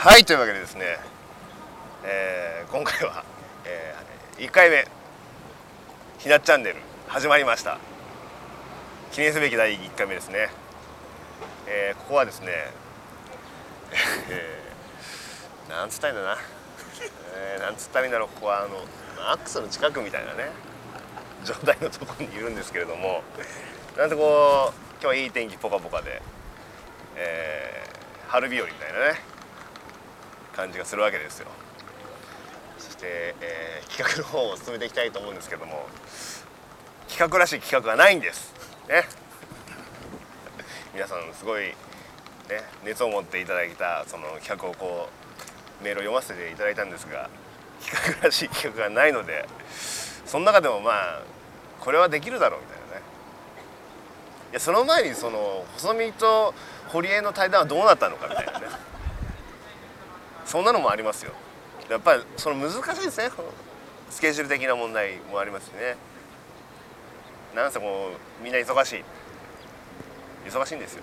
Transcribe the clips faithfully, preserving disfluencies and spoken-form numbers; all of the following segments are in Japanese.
はい、というわけでですね、えー、今回は、えー、いっかいめひなっチャンネル始まりました。記念すべきだいいっかいめですね。えー、ここはですね、えー、なんつったらいいんだな、えー、なんつったらいいんだろう。ここはあのアックスの近くみたいなね状態のところにいるんですけれども、なんとこう今日はいい天気ポカポカで、えー、春日和みたいなね感じがするわけですよ。そして、えー、企画の方を進めていきたいと思うんですけども、企画らしい企画がないんですね。皆さんすごい、ね、熱を持っていただいたその企画をこうメールを読ませていただいたんですが、企画らしい企画がないので、その中でもまあこれはできるだろうみたいなね。いや、その前にその細見と堀江の対談はどうなったのかみたいなね、そんなのもありますよ。やっぱりその難しいですね。スケジュール的な問題もありますしね。なんせもうみんな忙しい忙しいんですよ。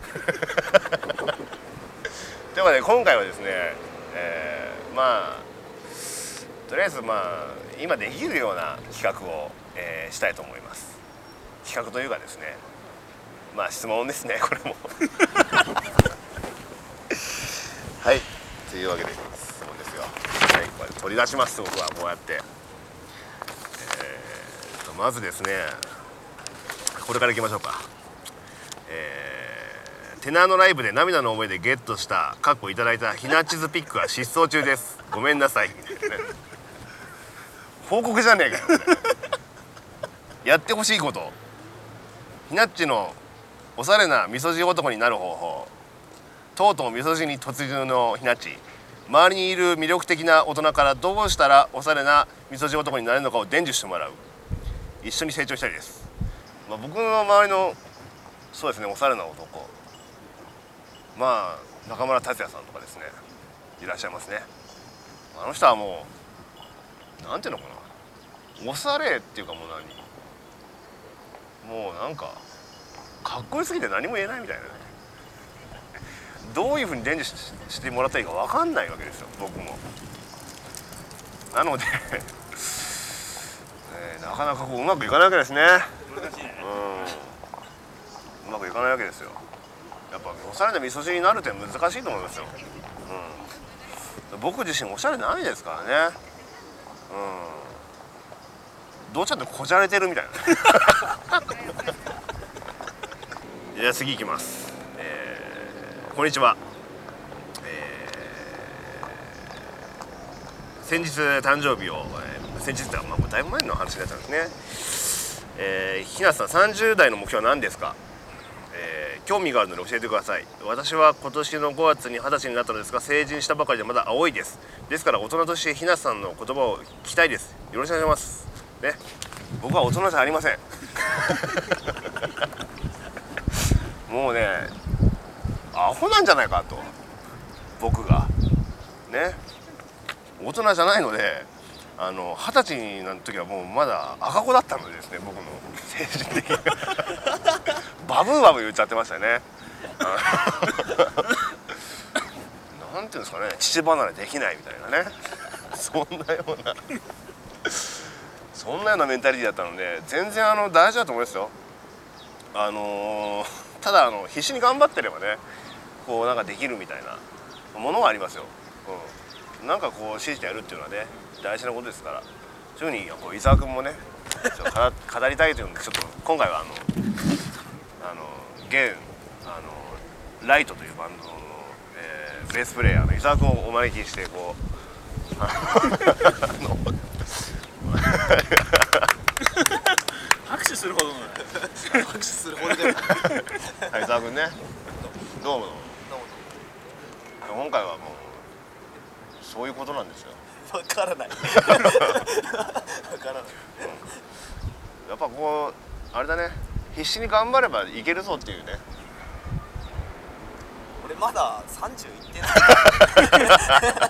というわけで今回はですね、えー、まあとりあえずまあ今できるような企画を、えー、したいと思います。企画というかですね、まあ質問ですね、これも。はい、というわけで質問ですよ。はい、これ取り出します。僕はこうやって、えー、とまずですね、これからいきましょうか。えー、テナーのライブで涙の思いでゲットしたかっこいただいたひなチズピックは失踪中です。ごめんなさい。報告じゃねえかよ。やってほしいこと、ひなっちのおしゃれなみそじ男になる方法、とうとうみそじに突入のひなっち、周りにいる魅力的な大人からどうしたらおしゃれなみそじ男になれるのかを伝授してもらう。一緒に成長したいです。まあ、僕の周りのそうですね、おしゃれな男、まあ中村達也さんとかですね、いらっしゃいますね。あの人はもうなんていうのかな、おしゃれっていうか、もう何もうなんかかっこよすぎて何も言えないみたいなね。どういうふうに伝授 し, してもらったらいいか分かんないわけですよ、僕も。なので、えー、なかなかこううまくいかないわけですね。 難しいね。 うん、うまくいかないわけですよ。やっぱおしゃれな味噌汁になるって難しいと思いますよ。うん、僕自身おしゃれないですからね。うん、どうちゃってこじゃれてるみたいな。じゃあ次いきます。えー、こんにちは。えー、先日誕生日を、えー、先日ってまあだいぶ前の話になっちゃうんですね。えー、ひなさんさんじゅう代の目標は何ですか？えー、興味があるので教えてください。私は今年のごがつにはたちになったのですが、成人したばかりでまだ青いです。ですから大人としてひなさんの言葉を聞きたいです。よろしくお願いしますね。僕は大人じゃありません。もうね、アホなんじゃないかと、僕がね、大人じゃないので、あの二十歳になる時はもうまだ赤子だったのでですね、僕の精神的にバブーバブー言っちゃってましたよね。なんていうんですかね、父離れできないみたいなね、そんなようなそんなようなメンタリティだったので、全然あの大事だと思いますよ。あのー、ただあの必死に頑張ってればね、こうなんかできるみたいなものがありますよ。うん、なんかこう信じてやるっていうのはね、大事なことですから。そういうふうにこう伊沢君もね、ちょっと語りたいというので、ちょっと今回はあのあの現あのライトというバンドの、えー、ベースプレーヤーの伊沢君をお招きしてこう拍手するほどの拍手するほどでもはい、伊沢君ね、どうもどうも。 どうもどうも。 今回はもうそういうことなんですよ。 わからない。わからない。 やっぱこうあれだね、必死に頑張ればいけるぞっていうね。 俺まださんじゅういってない。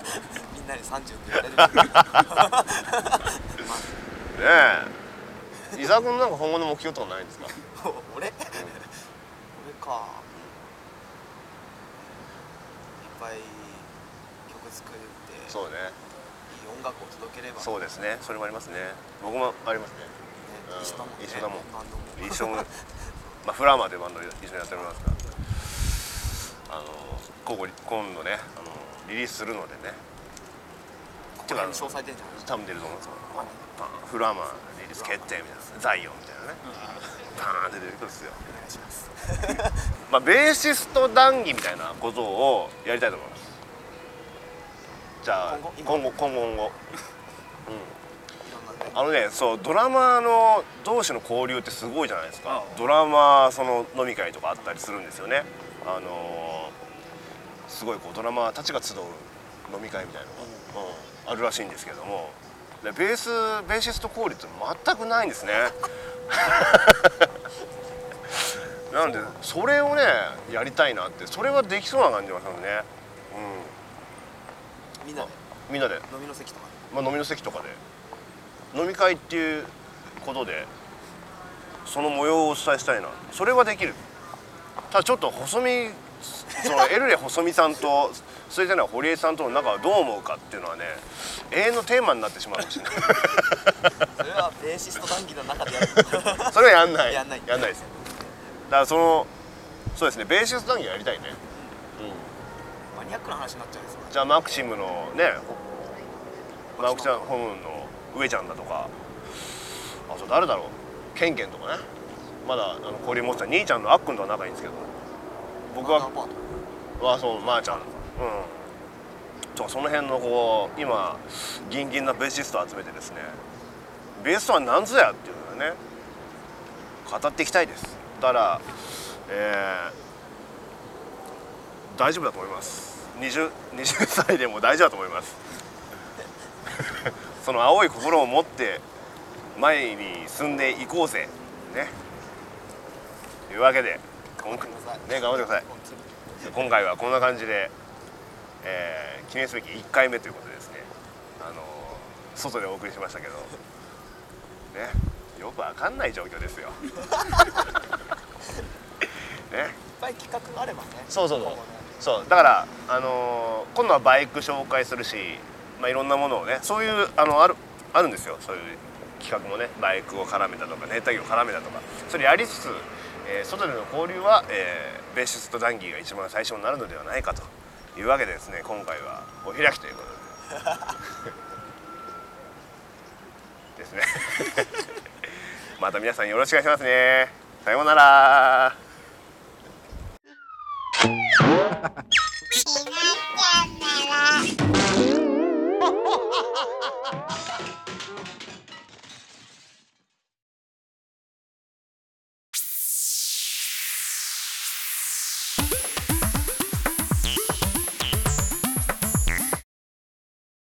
みんなにさんじゅうって言われる。 ねえ、伊沢君なんか今後の目標とかないんですか？ 俺？俺か。いっぱい作ってそうね、 いい音楽を届ければ。 そうですね、それもありますね。僕もありますね。 ね、 うん一緒だもんね。 一緒だもんバンドも一緒もまあフラマーというバンド一緒にやっておりますから、あの今後今度ね、あのリリースするのでね、 ここら辺に詳細出るんじゃないですか。 多分出ると思うんですよ。 まあね、 パンフラマーリリース決定みたいな、ザイオンみたいなね、パーンって出てくるんですよ。 お願いします。 まあベーシスト談義みたいなことをやりたいと思います。じゃあ今後今後今後今後、うん、 いろんなね。 あのね、そうドラマーの同士の交流ってすごいじゃないですか。ドラマーその飲み会とかあったりするんですよね。あのー、すごいこうドラマーたちが集う飲み会みたいなのが、うん、あるらしいんですけれども、でベースベーシスト交流って全くないんですね。なんでそれをねやりたいなって、それはできそうな感じがしますね。うん、 みんなでみんなで、 飲みの席とかで。 まあ、飲みの席とかで飲み会っていうことでその模様をお伝えしたいな。それはできる。ただちょっと細見そのエルレ細見さんとそれでは堀江さんとの仲はどう思うかっていうのはね、永遠のテーマになってしまうかもしれない。 それはベーシスト談義の中でやる。 それはやんないやんないやんないです。だからそのそうですね、ベーシスト談義やりたいね。 マニアックな話になっちゃうんですよ。 じゃあマクシムのね、マクシムホムの上ちゃんだとか、あと誰だろう、ケンケンとかね、まだあの交流持ってた兄ちゃんのあっくんとは仲いいんですけど、僕ははそうまーちゃん、うん、とかその辺のこう今ギンギンなベーシストを集めてですね、ベースとは何ぞやっていうのをね語っていきたいです。だから、えー、大丈夫だと思います。20, 20歳でも大丈夫だと思います。その青い心を持って前に進んでいこうぜね。というわけで今回ね頑張ってください。今回はこんな感じで、えー、記念すべきいっかいめということでですね、あのー、外でお送りしましたけどね、よくわかんない状況ですよ。ね、 いっぱい企画があればね。 そうそうそう、 今後ね。 そうだから、あのー、今度はバイク紹介するし、まあ、いろんなものをね、そういうあのあるあるんですよ、そういう企画もね、バイクを絡めたとか熱帯魚を絡めたとか、それやりつつ、えー、外での交流は、えー、ベーシスト談義が一番最初になるのではないかというわけでですね、今回はお開きということでですね。また皆さんよろしくお願いしますね。さようなら。